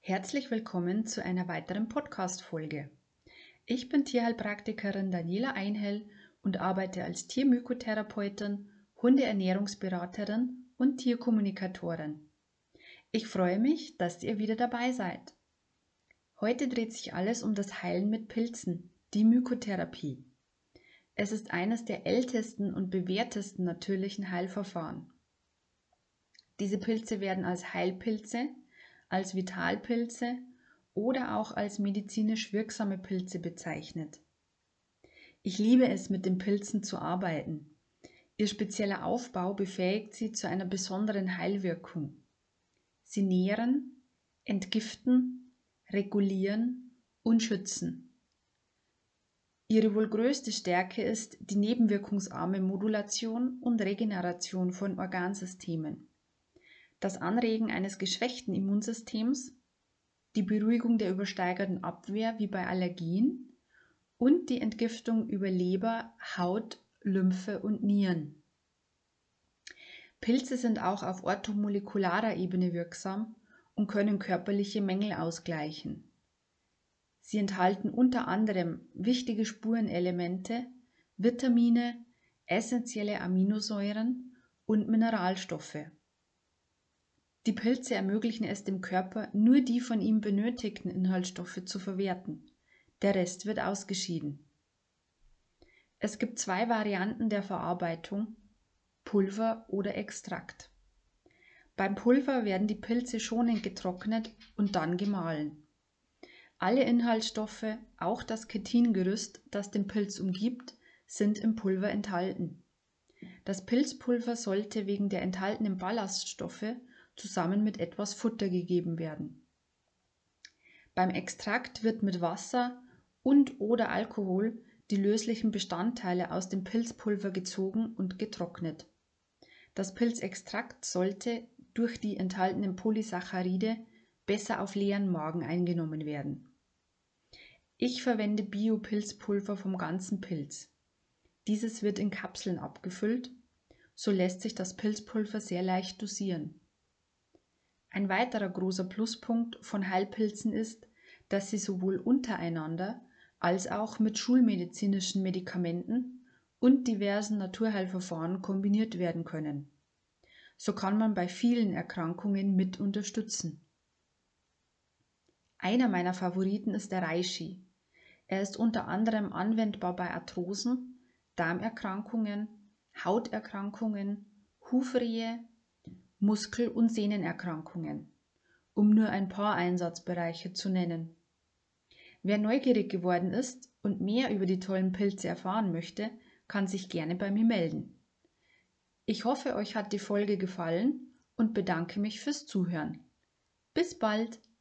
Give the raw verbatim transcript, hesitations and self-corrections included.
Herzlich willkommen zu einer weiteren Podcast-Folge. Ich bin Tierheilpraktikerin Daniela Einhell und arbeite als Tiermykotherapeutin, Hundeernährungsberaterin und Tierkommunikatorin. Ich freue mich, dass ihr wieder dabei seid. Heute dreht sich alles um das Heilen mit Pilzen, die Mykotherapie. Es ist eines der ältesten und bewährtesten natürlichen Heilverfahren. Diese Pilze werden als Heilpilze, als Vitalpilze oder auch als medizinisch wirksame Pilze bezeichnet. Ich liebe es, mit den Pilzen zu arbeiten. Ihr spezieller Aufbau befähigt sie zu einer besonderen Heilwirkung. Sie nähren, entgiften, regulieren und schützen. Ihre wohl größte Stärke ist die nebenwirkungsarme Modulation und Regeneration von Organsystemen. Das Anregen eines geschwächten Immunsystems, die Beruhigung der übersteigerten Abwehr wie bei Allergien und die Entgiftung über Leber, Haut, Lymphe und Nieren. Pilze sind auch auf orthomolekularer Ebene wirksam und können körperliche Mängel ausgleichen. Sie enthalten unter anderem wichtige Spurenelemente, Vitamine, essentielle Aminosäuren und Mineralstoffe. Die Pilze ermöglichen es dem Körper, nur die von ihm benötigten Inhaltsstoffe zu verwerten. Der Rest wird ausgeschieden. Es gibt zwei Varianten der Verarbeitung: Pulver oder Extrakt. Beim Pulver werden die Pilze schonend getrocknet und dann gemahlen. Alle Inhaltsstoffe, auch das Chitingerüst, das den Pilz umgibt, sind im Pulver enthalten. Das Pilzpulver sollte wegen der enthaltenen Ballaststoffe zusammen mit etwas Futter gegeben werden. Beim Extrakt wird mit Wasser und oder Alkohol die löslichen Bestandteile aus dem Pilzpulver gezogen und getrocknet. Das Pilzextrakt sollte durch die enthaltenen Polysaccharide besser auf leeren Magen eingenommen werden. Ich verwende Bio-Pilzpulver vom ganzen Pilz. Dieses wird in Kapseln abgefüllt, so lässt sich das Pilzpulver sehr leicht dosieren. Ein weiterer großer Pluspunkt von Heilpilzen ist, dass sie sowohl untereinander als auch mit schulmedizinischen Medikamenten und diversen Naturheilverfahren kombiniert werden können. So kann man bei vielen Erkrankungen mit unterstützen. Einer meiner Favoriten ist der Reishi. Er ist unter anderem anwendbar bei Arthrosen, Darmerkrankungen, Hauterkrankungen, Hufrehe, Muskel- und Sehnenerkrankungen, um nur ein paar Einsatzbereiche zu nennen. Wer neugierig geworden ist und mehr über die tollen Pilze erfahren möchte, kann sich gerne bei mir melden. Ich hoffe, euch hat die Folge gefallen und bedanke mich fürs Zuhören. Bis bald!